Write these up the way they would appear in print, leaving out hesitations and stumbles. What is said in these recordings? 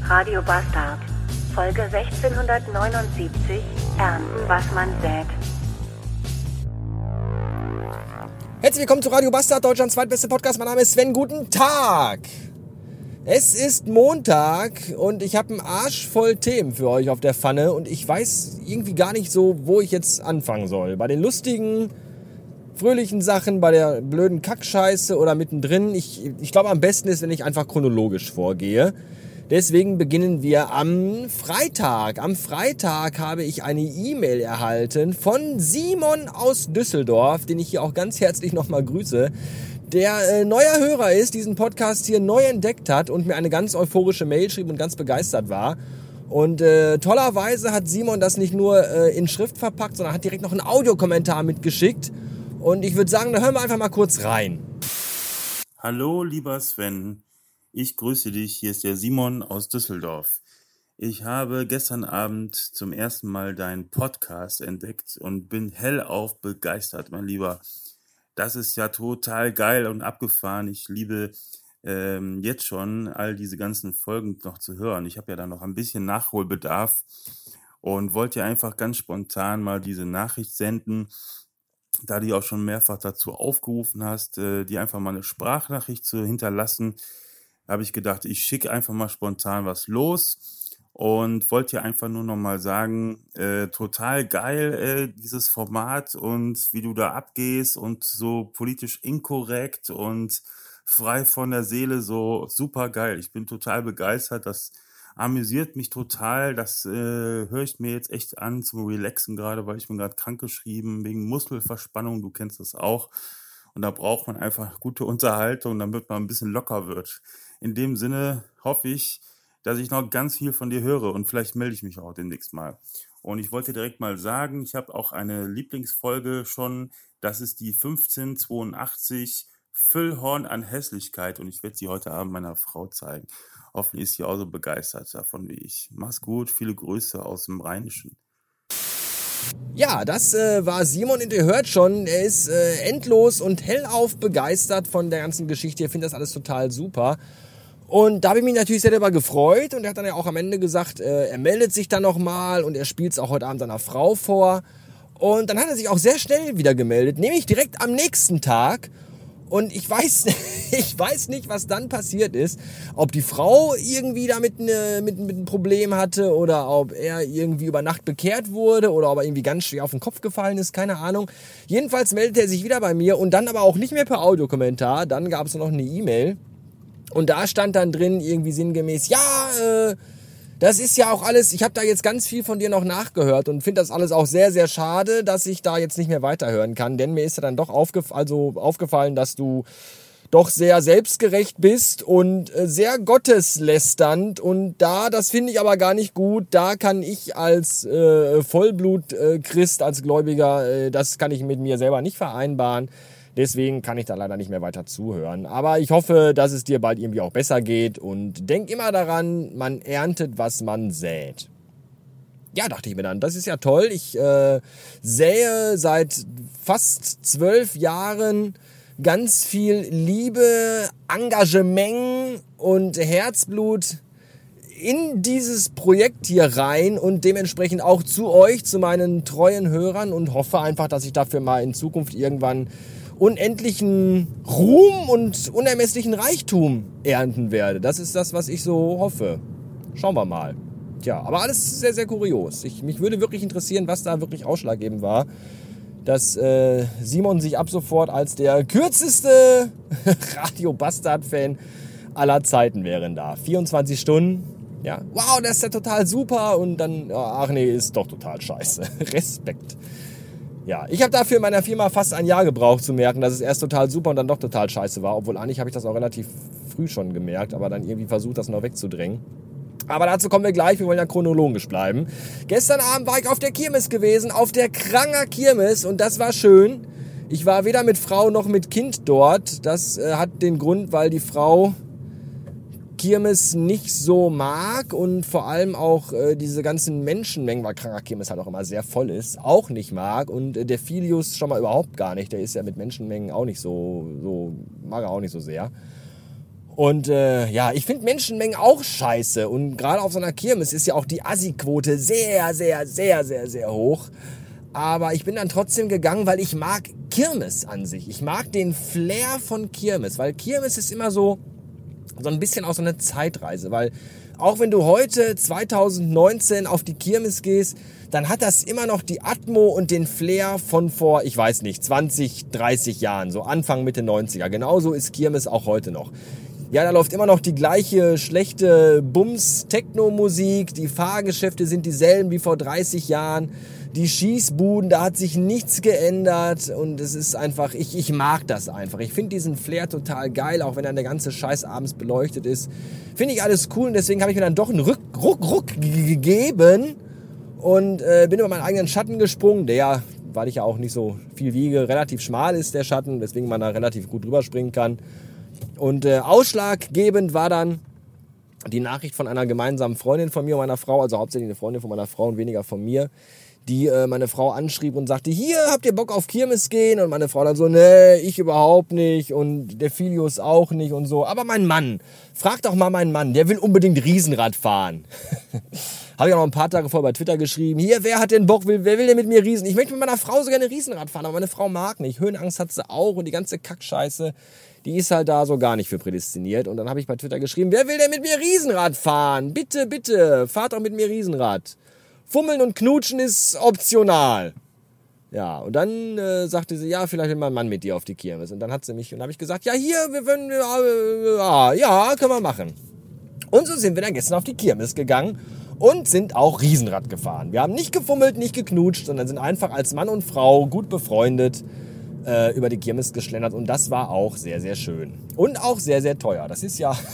Radio Bastard, Folge 1679, Ernten, was man sät. Herzlich willkommen zu Radio Bastard, Deutschlands zweitbeste Podcast. Mein Name ist Sven, guten Tag. Es ist Montag und ich habe einen Arsch voll Themen für euch auf der Pfanne und ich weiß irgendwie gar nicht so, wo ich jetzt anfangen soll. Bei den lustigen, fröhlichen Sachen, bei der blöden Kackscheiße oder mittendrin. Ich glaube, am besten ist, wenn ich einfach chronologisch vorgehe. Deswegen beginnen wir am Freitag. Am Freitag habe ich eine E-Mail erhalten von Simon aus Düsseldorf, den ich hier auch ganz herzlich nochmal grüße, der neuer Hörer ist, diesen Podcast hier neu entdeckt hat und mir eine ganz euphorische Mail schrieb und ganz begeistert war. Und tollerweise hat Simon das nicht nur in Schrift verpackt, sondern hat direkt noch einen Audiokommentar mitgeschickt. Und ich würde sagen, da hören wir einfach mal kurz rein. Hallo, lieber Sven. Ich grüße dich, hier ist der Simon aus Düsseldorf. Ich habe gestern Abend zum ersten Mal deinen Podcast entdeckt und bin hellauf begeistert, mein Lieber. Das ist ja total geil und abgefahren. Ich liebe jetzt schon all diese ganzen Folgen noch zu hören. Ich habe ja da noch ein bisschen Nachholbedarf und wollte dir einfach ganz spontan mal diese Nachricht senden, da du auch schon mehrfach dazu aufgerufen hast, dir einfach mal eine Sprachnachricht zu hinterlassen. Habe ich gedacht, ich schicke einfach mal spontan was los und wollte dir einfach nur noch mal sagen, total geil dieses Format und wie du da abgehst und so politisch inkorrekt und frei von der Seele, so super geil. Ich bin total begeistert, das amüsiert mich total, das höre ich mir jetzt echt an zum Relaxen gerade, weil ich bin gerade krankgeschrieben wegen Muskelverspannung, du kennst das auch. Und da braucht man einfach gute Unterhaltung, damit man ein bisschen locker wird. In dem Sinne hoffe ich, dass ich noch ganz viel von dir höre und vielleicht melde ich mich auch demnächst mal. Und ich wollte direkt mal sagen, ich habe auch eine Lieblingsfolge schon, das ist die 1582, Füllhorn an Hässlichkeit und ich werde sie heute Abend meiner Frau zeigen. Hoffentlich ist sie auch so begeistert davon wie ich. Mach's gut, viele Grüße aus dem Rheinischen. Ja, das war Simon und ihr hört schon, er ist endlos und hellauf begeistert von der ganzen Geschichte. Er findet das alles total super. Und da habe ich mich natürlich sehr darüber gefreut und er hat dann ja auch am Ende gesagt, er meldet sich dann nochmal und er spielt es auch heute Abend seiner Frau vor. Und dann hat er sich auch sehr schnell wieder gemeldet, nämlich direkt am nächsten Tag. Und ich weiß nicht, was dann passiert ist. Ob die Frau irgendwie damit mit ein Problem hatte oder ob er irgendwie über Nacht bekehrt wurde oder ob er irgendwie ganz schwer auf den Kopf gefallen ist, keine Ahnung. Jedenfalls meldet er sich wieder bei mir und dann aber auch nicht mehr per Audiokommentar. Dann gab es noch eine E-Mail und da stand dann drin irgendwie sinngemäß, ja, das ist ja auch alles, ich habe da jetzt ganz viel von dir noch nachgehört und finde das alles auch sehr, sehr schade, dass ich da jetzt nicht mehr weiterhören kann, denn mir ist ja dann doch aufgefallen, dass du doch sehr selbstgerecht bist und sehr gotteslästernd und das finde ich aber gar nicht gut, da kann ich als Vollblut-Christ, als Gläubiger, das kann ich mit mir selber nicht vereinbaren. Deswegen kann ich da leider nicht mehr weiter zuhören. Aber ich hoffe, dass es dir bald irgendwie auch besser geht. Und denk immer daran, man erntet, was man sät. Ja, dachte ich mir dann, das ist ja toll. Ich sähe seit fast 12 Jahren ganz viel Liebe, Engagement und Herzblut in dieses Projekt hier rein und dementsprechend auch zu euch, zu meinen treuen Hörern und hoffe einfach, dass ich dafür mal in Zukunft irgendwann unendlichen Ruhm und unermesslichen Reichtum ernten werde. Das ist das, was ich so hoffe. Schauen wir mal. Tja, aber alles sehr, sehr kurios. Mich würde wirklich interessieren, was da wirklich ausschlaggebend war, dass Simon sich ab sofort als der kürzeste Radio Bastard-Fan aller Zeiten wären da. 24 Stunden. Ja, wow, das ist ja total super. Und dann, ach nee, ist doch total scheiße. Respekt. Ja, ich habe dafür in meiner Firma fast ein Jahr gebraucht zu merken, dass es erst total super und dann doch total scheiße war. Obwohl eigentlich habe ich das auch relativ früh schon gemerkt, aber dann irgendwie versucht, das noch wegzudrängen. Aber dazu kommen wir gleich, wir wollen ja chronologisch bleiben. Gestern Abend war ich auf der Kirmes gewesen, auf der Kranger Kirmes und das war schön. Ich war weder mit Frau noch mit Kind dort. Das hat den Grund, weil die Frau Kirmes nicht so mag und vor allem auch diese ganzen Menschenmengen, weil Kranger Kirmes halt auch immer sehr voll ist, auch nicht mag und der Filius schon mal überhaupt gar nicht, der ist ja mit Menschenmengen auch nicht so mag er auch nicht so sehr. Und ich finde Menschenmengen auch scheiße. Und gerade auf so einer Kirmes ist ja auch die Assi-Quote sehr, sehr, sehr, sehr, sehr hoch. Aber ich bin dann trotzdem gegangen, weil ich mag Kirmes an sich. Ich mag den Flair von Kirmes, weil Kirmes ist immer so ein bisschen auch so eine Zeitreise. Weil auch wenn du heute 2019 auf die Kirmes gehst, dann hat das immer noch die Atmo und den Flair von vor, ich weiß nicht, 20, 30 Jahren, so Anfang, Mitte 90er. Genauso ist Kirmes auch heute noch. Ja, da läuft immer noch die gleiche schlechte Bums-Techno-Musik. Die Fahrgeschäfte sind dieselben wie vor 30 Jahren. Die Schießbuden, da hat sich nichts geändert. Und es ist einfach, ich mag das einfach. Ich finde diesen Flair total geil, auch wenn dann der ganze Scheiß abends beleuchtet ist. Finde ich alles cool und deswegen habe ich mir dann doch einen Ruck gegeben und bin über meinen eigenen Schatten gesprungen, der, weil ich ja auch nicht so viel wiege, relativ schmal ist, der Schatten, weswegen man da relativ gut drüber springen kann. Und ausschlaggebend war dann die Nachricht von einer gemeinsamen Freundin von mir und meiner Frau, also hauptsächlich eine Freundin von meiner Frau und weniger von mir, die meine Frau anschrieb und sagte, hier, habt ihr Bock auf Kirmes gehen? Und meine Frau dann so, nee, ich überhaupt nicht und der Filius auch nicht und so. Aber mein Mann, frag doch mal meinen Mann, der will unbedingt Riesenrad fahren. Habe ich auch noch ein paar Tage vorher bei Twitter geschrieben, hier, wer hat denn Bock, wer will denn mit mir Riesen? Ich möchte mit meiner Frau so gerne Riesenrad fahren, aber meine Frau mag nicht. Höhenangst hat sie auch und die ganze Kackscheiße, die ist halt da so gar nicht für prädestiniert. Und dann habe ich bei Twitter geschrieben, wer will denn mit mir Riesenrad fahren? Bitte, bitte, fahrt doch mit mir Riesenrad. Fummeln und knutschen ist optional. Ja, und dann sagte sie, ja, vielleicht will mein Mann mit dir auf die Kirmes. Und dann hat sie mich, und habe ich gesagt, ja, hier, wir wollen, ja, können wir machen. Und so sind wir dann gestern auf die Kirmes gegangen und sind auch Riesenrad gefahren. Wir haben nicht gefummelt, nicht geknutscht, sondern sind einfach als Mann und Frau gut befreundet über die Kirmes geschlendert. Und das war auch sehr, sehr schön. Und auch sehr, sehr teuer. Das ist ja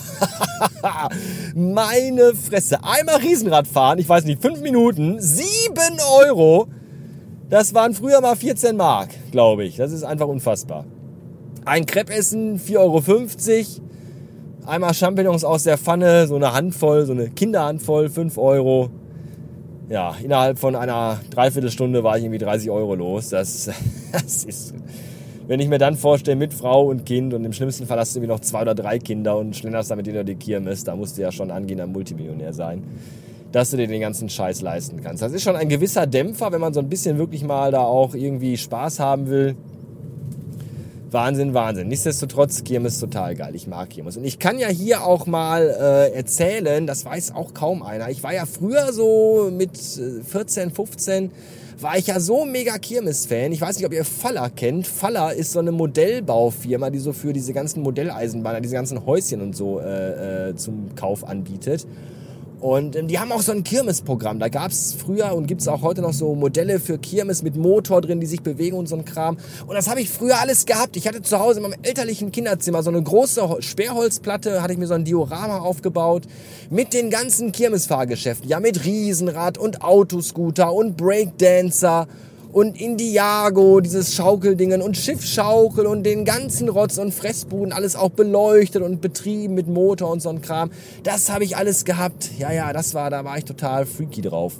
meine Fresse. Einmal Riesenrad fahren, ich weiß nicht, 5 Minuten, 7 Euro. Das waren früher mal 14 Mark, glaube ich. Das ist einfach unfassbar. Ein Crepe essen, 4,50 Euro. Einmal Champignons aus der Pfanne, so eine Handvoll, so eine Kinderhandvoll, 5 Euro. Ja, innerhalb von einer Dreiviertelstunde war ich irgendwie 30 Euro los. Das ist, wenn ich mir dann vorstelle, mit Frau und Kind und im schlimmsten Fall hast du irgendwie noch 2 oder 3 Kinder und schlenderst damit über die Kirmes, da musst du ja schon angehender Multimillionär sein, dass du dir den ganzen Scheiß leisten kannst. Das ist schon ein gewisser Dämpfer, wenn man so ein bisschen wirklich mal da auch irgendwie Spaß haben will. Wahnsinn, Wahnsinn. Nichtsdestotrotz, Kirmes total geil. Ich mag Kirmes. Und ich kann ja hier auch mal erzählen, das weiß auch kaum einer. Ich war ja früher so mit 14, 15, war ich ja so mega Kirmes-Fan. Ich weiß nicht, ob ihr Faller kennt. Faller ist so eine Modellbaufirma, die so für diese ganzen Modelleisenbahner, diese ganzen Häuschen und so zum Kauf anbietet. Und die haben auch so ein Kirmesprogramm. Da gab es früher und gibt es auch heute noch so Modelle für Kirmes mit Motor drin, die sich bewegen und so ein Kram. Und das habe ich früher alles gehabt. Ich hatte zu Hause in meinem elterlichen Kinderzimmer so eine große Sperrholzplatte, hatte ich mir so ein Diorama aufgebaut mit den ganzen Kirmesfahrgeschäften. Ja, mit Riesenrad und Autoscooter und Breakdancer und Indiago, dieses Schaukeldingen und Schiffschaukel und den ganzen Rotz und Fressbuden, alles auch beleuchtet und betrieben mit Motor und so ein Kram. Das habe ich alles gehabt. Ja, da war ich total freaky drauf.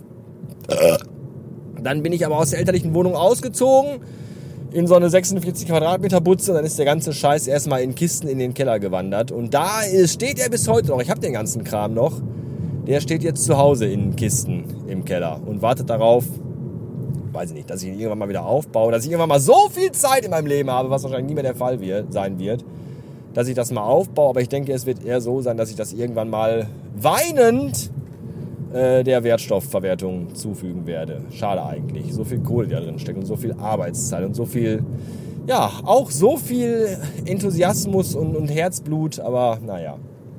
Dann bin ich aber aus der elterlichen Wohnung ausgezogen, in so eine 46 Quadratmeter Butze, und dann ist der ganze Scheiß erstmal in Kisten in den Keller gewandert. Und da steht er bis heute noch. Ich habe den ganzen Kram noch. Der steht jetzt zu Hause in Kisten im Keller und wartet darauf, weiß ich nicht, dass ich ihn irgendwann mal wieder aufbaue, dass ich irgendwann mal so viel Zeit in meinem Leben habe, was wahrscheinlich nie mehr der Fall sein wird, dass ich das mal aufbaue. Aber ich denke, es wird eher so sein, dass ich das irgendwann mal weinend der Wertstoffverwertung zufügen werde. Schade eigentlich. So viel Kohle, die da drin steckt und so viel Arbeitszeit und so viel, ja, auch so viel Enthusiasmus und Herzblut, aber naja.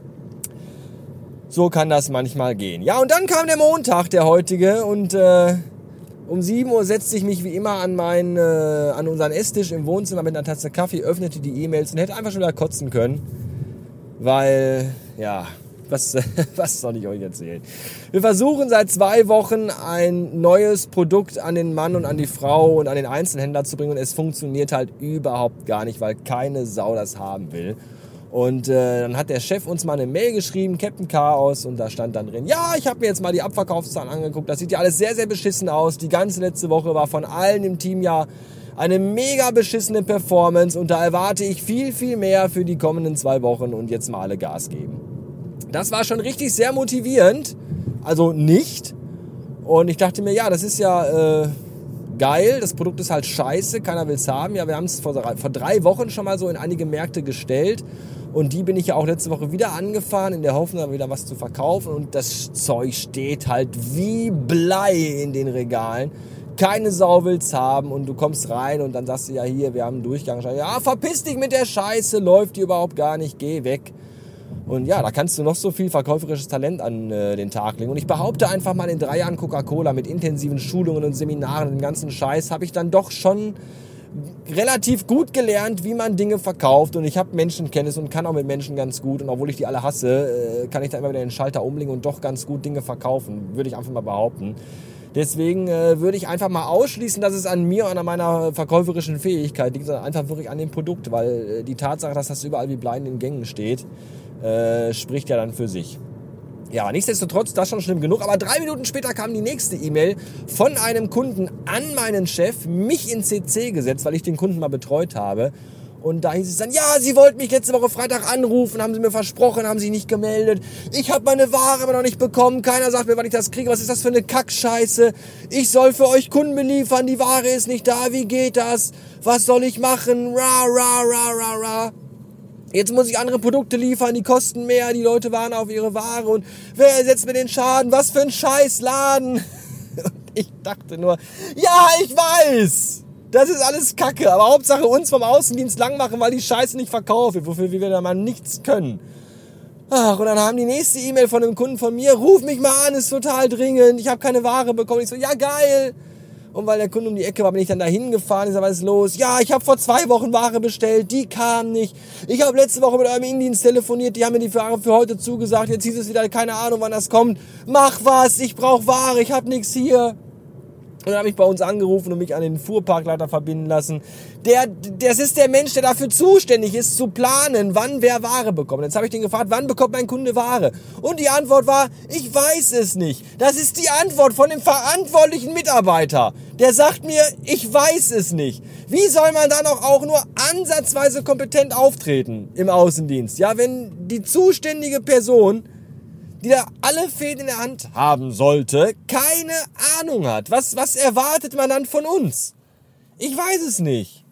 So kann das manchmal gehen. Ja, und dann kam der Montag, der heutige, und um 7 Uhr setzte ich mich wie immer an unseren Esstisch im Wohnzimmer mit einer Tasse Kaffee, öffnete die E-Mails und hätte einfach schon wieder kotzen können, weil, ja, was soll ich euch erzählen? Wir versuchen seit 2 Wochen ein neues Produkt an den Mann und an die Frau und an den Einzelhändler zu bringen, und es funktioniert halt überhaupt gar nicht, weil keine Sau das haben will. Und dann hat der Chef uns mal eine Mail geschrieben, Captain Chaos, und da stand dann drin, ja, ich habe mir jetzt mal die Abverkaufszahlen angeguckt, das sieht ja alles sehr, sehr beschissen aus. Die ganze letzte Woche war von allen im Team ja eine mega beschissene Performance und da erwarte ich viel, viel mehr für die kommenden 2 Wochen und jetzt mal alle Gas geben. Das war schon richtig sehr motivierend, also nicht. Und ich dachte mir, ja, das ist ja geil, das Produkt ist halt scheiße, keiner will es haben. Ja, wir haben es vor 3 Wochen schon mal so in einige Märkte gestellt und die bin ich ja auch letzte Woche wieder angefahren, in der Hoffnung, da wieder was zu verkaufen und das Zeug steht halt wie Blei in den Regalen. Keine Sau will's haben und du kommst rein und dann sagst du, ja hier, wir haben einen Durchgang. Ja, verpiss dich mit der Scheiße, läuft die überhaupt gar nicht, geh weg. Und ja, da kannst du noch so viel verkäuferisches Talent an den Tag legen. Und ich behaupte einfach mal, in 3 Jahren Coca-Cola mit intensiven Schulungen und Seminaren und dem ganzen Scheiß habe ich dann doch schon relativ gut gelernt, wie man Dinge verkauft. Und ich habe Menschenkenntnis und kann auch mit Menschen ganz gut. Und obwohl ich die alle hasse, kann ich da immer wieder den Schalter umlegen und doch ganz gut Dinge verkaufen. Würde ich einfach mal behaupten. Deswegen würde ich einfach mal ausschließen, dass es an mir und an meiner verkäuferischen Fähigkeit liegt, sondern einfach wirklich an dem Produkt, weil die Tatsache, dass das überall wie Blei in den Gängen steht, spricht ja dann für sich. Ja, nichtsdestotrotz, das schon schlimm genug, aber 3 Minuten später kam die nächste E-Mail von einem Kunden an meinen Chef, mich in CC gesetzt, weil ich den Kunden mal betreut habe. Und da hieß es dann, ja, Sie wollten mich letzte Woche Freitag anrufen, haben Sie mir versprochen, haben sich nicht gemeldet. Ich habe meine Ware aber noch nicht bekommen, keiner sagt mir, wann ich das kriege. Was ist das für eine Kackscheiße? Ich soll für euch Kunden beliefern, die Ware ist nicht da, wie geht das? Was soll ich machen? Ra, ra, ra, ra, ra. Jetzt muss ich andere Produkte liefern, die kosten mehr, die Leute warten auf ihre Ware und wer ersetzt mir den Schaden? Was für ein Scheißladen? Und ich dachte nur, ja, ich weiß! Das ist alles Kacke, aber Hauptsache uns vom Außendienst lang machen, weil die Scheiße nicht verkauft wird, wofür wir da mal nichts können. Ach, und dann haben die nächste E-Mail von einem Kunden von mir, ruf mich mal an, ist total dringend, ich habe keine Ware bekommen. Ich so, ja geil. Und weil der Kunde um die Ecke war, bin ich dann da hingefahren, ich sag, was ist los? Ja, ich habe vor 2 Wochen Ware bestellt, die kam nicht. Ich habe letzte Woche mit eurem Indienst telefoniert, die haben mir die Ware für heute zugesagt, jetzt hieß es wieder, keine Ahnung, wann das kommt. Mach was, ich brauche Ware, ich habe nichts hier. Und dann habe ich bei uns angerufen und mich an den Fuhrparkleiter verbinden lassen. Das ist der Mensch, der dafür zuständig ist, zu planen, wann wer Ware bekommt. Jetzt habe ich den gefragt, wann bekommt mein Kunde Ware? Und die Antwort war, ich weiß es nicht. Das ist die Antwort von dem verantwortlichen Mitarbeiter. Der sagt mir, ich weiß es nicht. Wie soll man dann auch nur ansatzweise kompetent auftreten im Außendienst? Ja, wenn die zuständige Person, die da alle Fäden in der Hand haben sollte, keine Ahnung hat. Was erwartet man dann von uns? Ich weiß es nicht.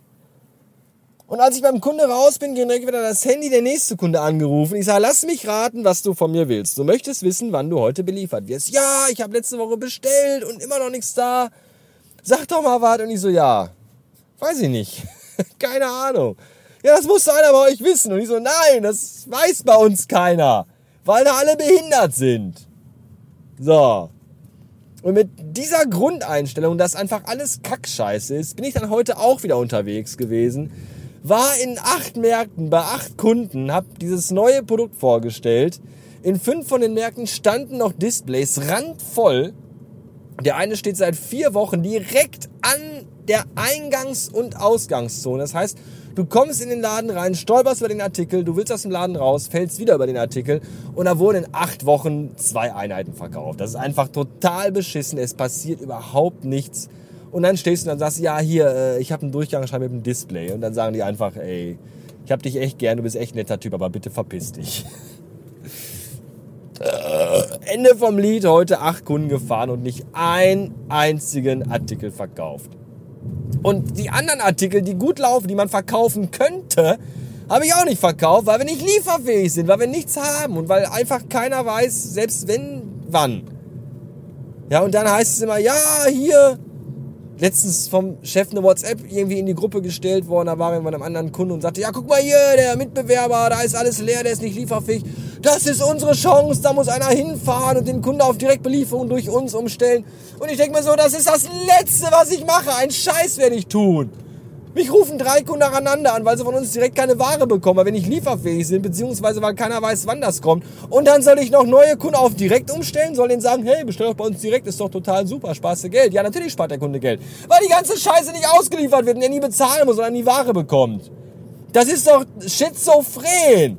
Und als ich beim Kunde raus bin, direkt wieder das Handy der nächste Kunde angerufen. Ich sage, lass mich raten, was du von mir willst. Du möchtest wissen, wann du heute beliefert wirst. Ja, ich habe letzte Woche bestellt und immer noch nichts da. Sag doch mal was. Und ich so, ja, weiß ich nicht. Keine Ahnung. Ja, das muss einer bei euch wissen. Und ich so, nein, das weiß bei uns keiner. Weil da alle behindert sind. So. Und mit dieser Grundeinstellung, dass einfach alles Kackscheiße ist, bin ich dann heute auch wieder unterwegs gewesen. War in 8 Märkten bei 8 Kunden, hab dieses neue Produkt vorgestellt. In 5 von den Märkten standen noch Displays randvoll. Der eine steht seit 4 Wochen direkt an der Eingangs- und Ausgangszone. Das heißt, du kommst in den Laden rein, stolperst über den Artikel, du willst aus dem Laden raus, fällst wieder über den Artikel und da wurden in 8 Wochen 2 Einheiten verkauft. Das ist einfach total beschissen, es passiert überhaupt nichts. Und dann stehst du und dann sagst, ja hier, ich habe einen Durchgangsschein mit dem Display. Und dann sagen die einfach, ey, ich hab dich echt gern, du bist echt ein netter Typ, aber bitte verpiss dich. Ende vom Lied, heute 8 Kunden gefahren und nicht einen einzigen Artikel verkauft. Und die anderen Artikel, die gut laufen, die man verkaufen könnte, habe ich auch nicht verkauft, weil wir nicht lieferfähig sind, weil wir nichts haben und weil einfach keiner weiß, selbst wenn, wann. Ja, und dann heißt es immer, ja, hier, letztens vom Chef eine WhatsApp irgendwie in die Gruppe gestellt worden, da waren wir bei einem anderen Kunden und sagte, ja, guck mal hier, der Mitbewerber, da ist alles leer, der ist nicht lieferfähig. Das ist unsere Chance, da muss einer hinfahren und den Kunden auf Direktbelieferung durch uns umstellen. Und ich denke mir so, das ist das Letzte, was ich mache. Ein Scheiß werde ich tun. Mich rufen 3 Kunden nacheinander an, weil sie von uns direkt keine Ware bekommen, weil wir nicht lieferfähig sind, beziehungsweise weil keiner weiß, wann das kommt. Und dann soll ich noch neue Kunden auf direkt umstellen, soll denen sagen, hey, bestell doch bei uns direkt, ist doch total super, sparst du Geld. Ja, natürlich spart der Kunde Geld, weil die ganze Scheiße nicht ausgeliefert wird und er nie bezahlen muss, sondern die Ware bekommt. Das ist doch schizophren.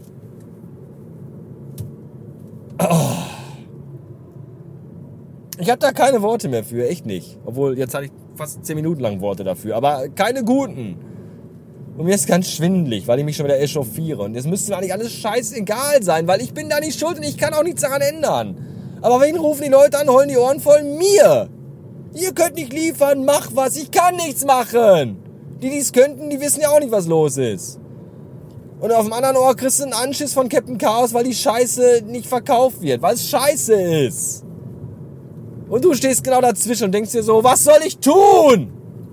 Ich habe da keine Worte mehr für, echt nicht. Obwohl, jetzt hatte ich fast 10 Minuten lang Worte dafür, aber keine guten. Und mir ist ganz schwindelig, weil ich mich schon wieder echauffiere. Und jetzt müsste mir eigentlich alles scheißegal sein, weil ich bin da nicht schuld und ich kann auch nichts daran ändern. Aber wen rufen die Leute an, heulen die Ohren voll? Mir! Ihr könnt nicht liefern, mach was, ich kann nichts machen! Die es könnten, die wissen ja auch nicht, was los ist. Und auf dem anderen Ohr kriegst du einen Anschiss von Captain Chaos, weil die Scheiße nicht verkauft wird, weil es scheiße ist. Und du stehst genau dazwischen und denkst dir so, was soll ich tun?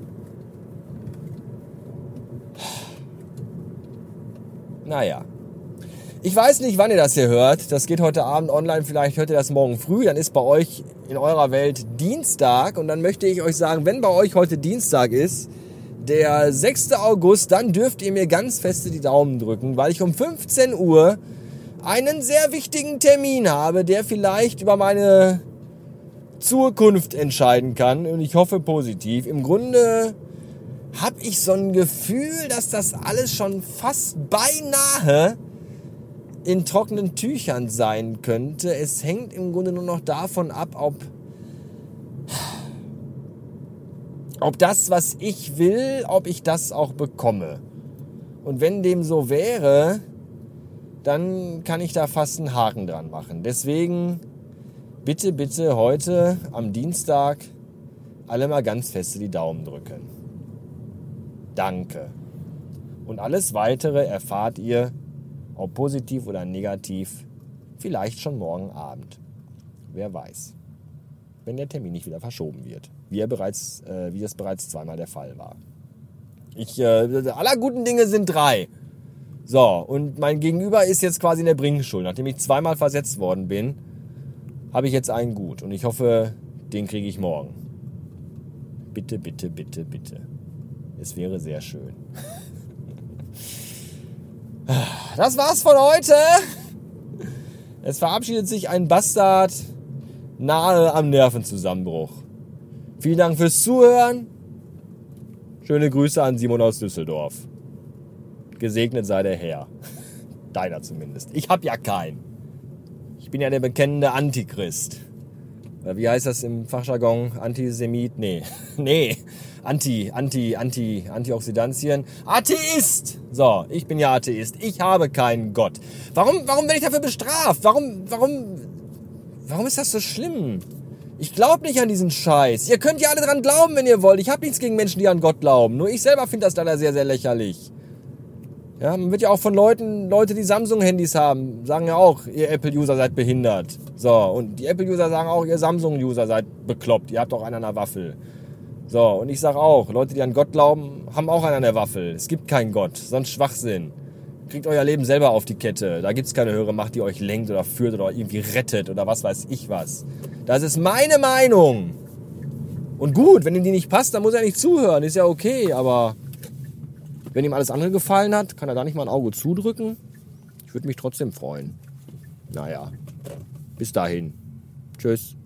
Naja. Ich weiß nicht, wann ihr das hier hört. Das geht heute Abend online, vielleicht hört ihr das morgen früh. Dann ist bei euch in eurer Welt Dienstag. Und dann möchte ich euch sagen, wenn bei euch heute Dienstag ist, der 6. August, dann dürft ihr mir ganz feste die Daumen drücken, weil ich um 15 Uhr einen sehr wichtigen Termin habe, der vielleicht über meine Zukunft entscheiden kann. Und ich hoffe positiv. Im Grunde habe ich so ein Gefühl, dass das alles schon fast beinahe in trockenen Tüchern sein könnte. Es hängt im Grunde nur noch davon ab, ob das, was ich will, ob ich das auch bekomme. Und wenn dem so wäre, dann kann ich da fast einen Haken dran machen. Deswegen bitte, bitte heute am Dienstag alle mal ganz feste die Daumen drücken. Danke. Und alles Weitere erfahrt ihr, ob positiv oder negativ, vielleicht schon morgen Abend. Wer weiß. Wenn der Termin nicht wieder verschoben wird. Wie es bereits zweimal der Fall war. Aller guten Dinge sind 3. So, und mein Gegenüber ist jetzt quasi in der Bringschuld. Nachdem ich zweimal versetzt worden bin, habe ich jetzt einen gut. Und ich hoffe, den kriege ich morgen. Bitte, bitte, bitte, bitte. Es wäre sehr schön. Das war's von heute. Es verabschiedet sich ein Bastard nahe am Nervenzusammenbruch. Vielen Dank fürs Zuhören. Schöne Grüße an Simon aus Düsseldorf. Gesegnet sei der Herr. Deiner zumindest. Ich hab ja keinen. Ich bin ja der bekennende Antichrist. Wie heißt das im Fachjargon? Antisemit? Nee. Antioxidantien. Atheist! So, ich bin ja Atheist. Ich habe keinen Gott. Warum werde ich dafür bestraft? Warum ist das so schlimm? Ich glaube nicht an diesen Scheiß. Ihr könnt ja alle dran glauben, wenn ihr wollt. Ich habe nichts gegen Menschen, die an Gott glauben. Nur ich selber finde das leider sehr, sehr lächerlich. Ja, man wird ja auch von Leute, die Samsung-Handys haben, sagen ja auch, ihr Apple-User seid behindert. So, und die Apple-User sagen auch, ihr Samsung-User seid bekloppt. Ihr habt doch einen an der Waffel. So, und ich sage auch, Leute, die an Gott glauben, haben auch einen an der Waffel. Es gibt keinen Gott, sonst Schwachsinn. Kriegt euer Leben selber auf die Kette. Da gibt's keine höhere Macht, die euch lenkt oder führt oder irgendwie rettet oder was weiß ich was. Das ist meine Meinung. Und gut, wenn ihm die nicht passt, dann muss er nicht zuhören. Ist ja okay, aber wenn ihm alles andere gefallen hat, kann er da nicht mal ein Auge zudrücken? Ich würde mich trotzdem freuen. Naja, bis dahin. Tschüss.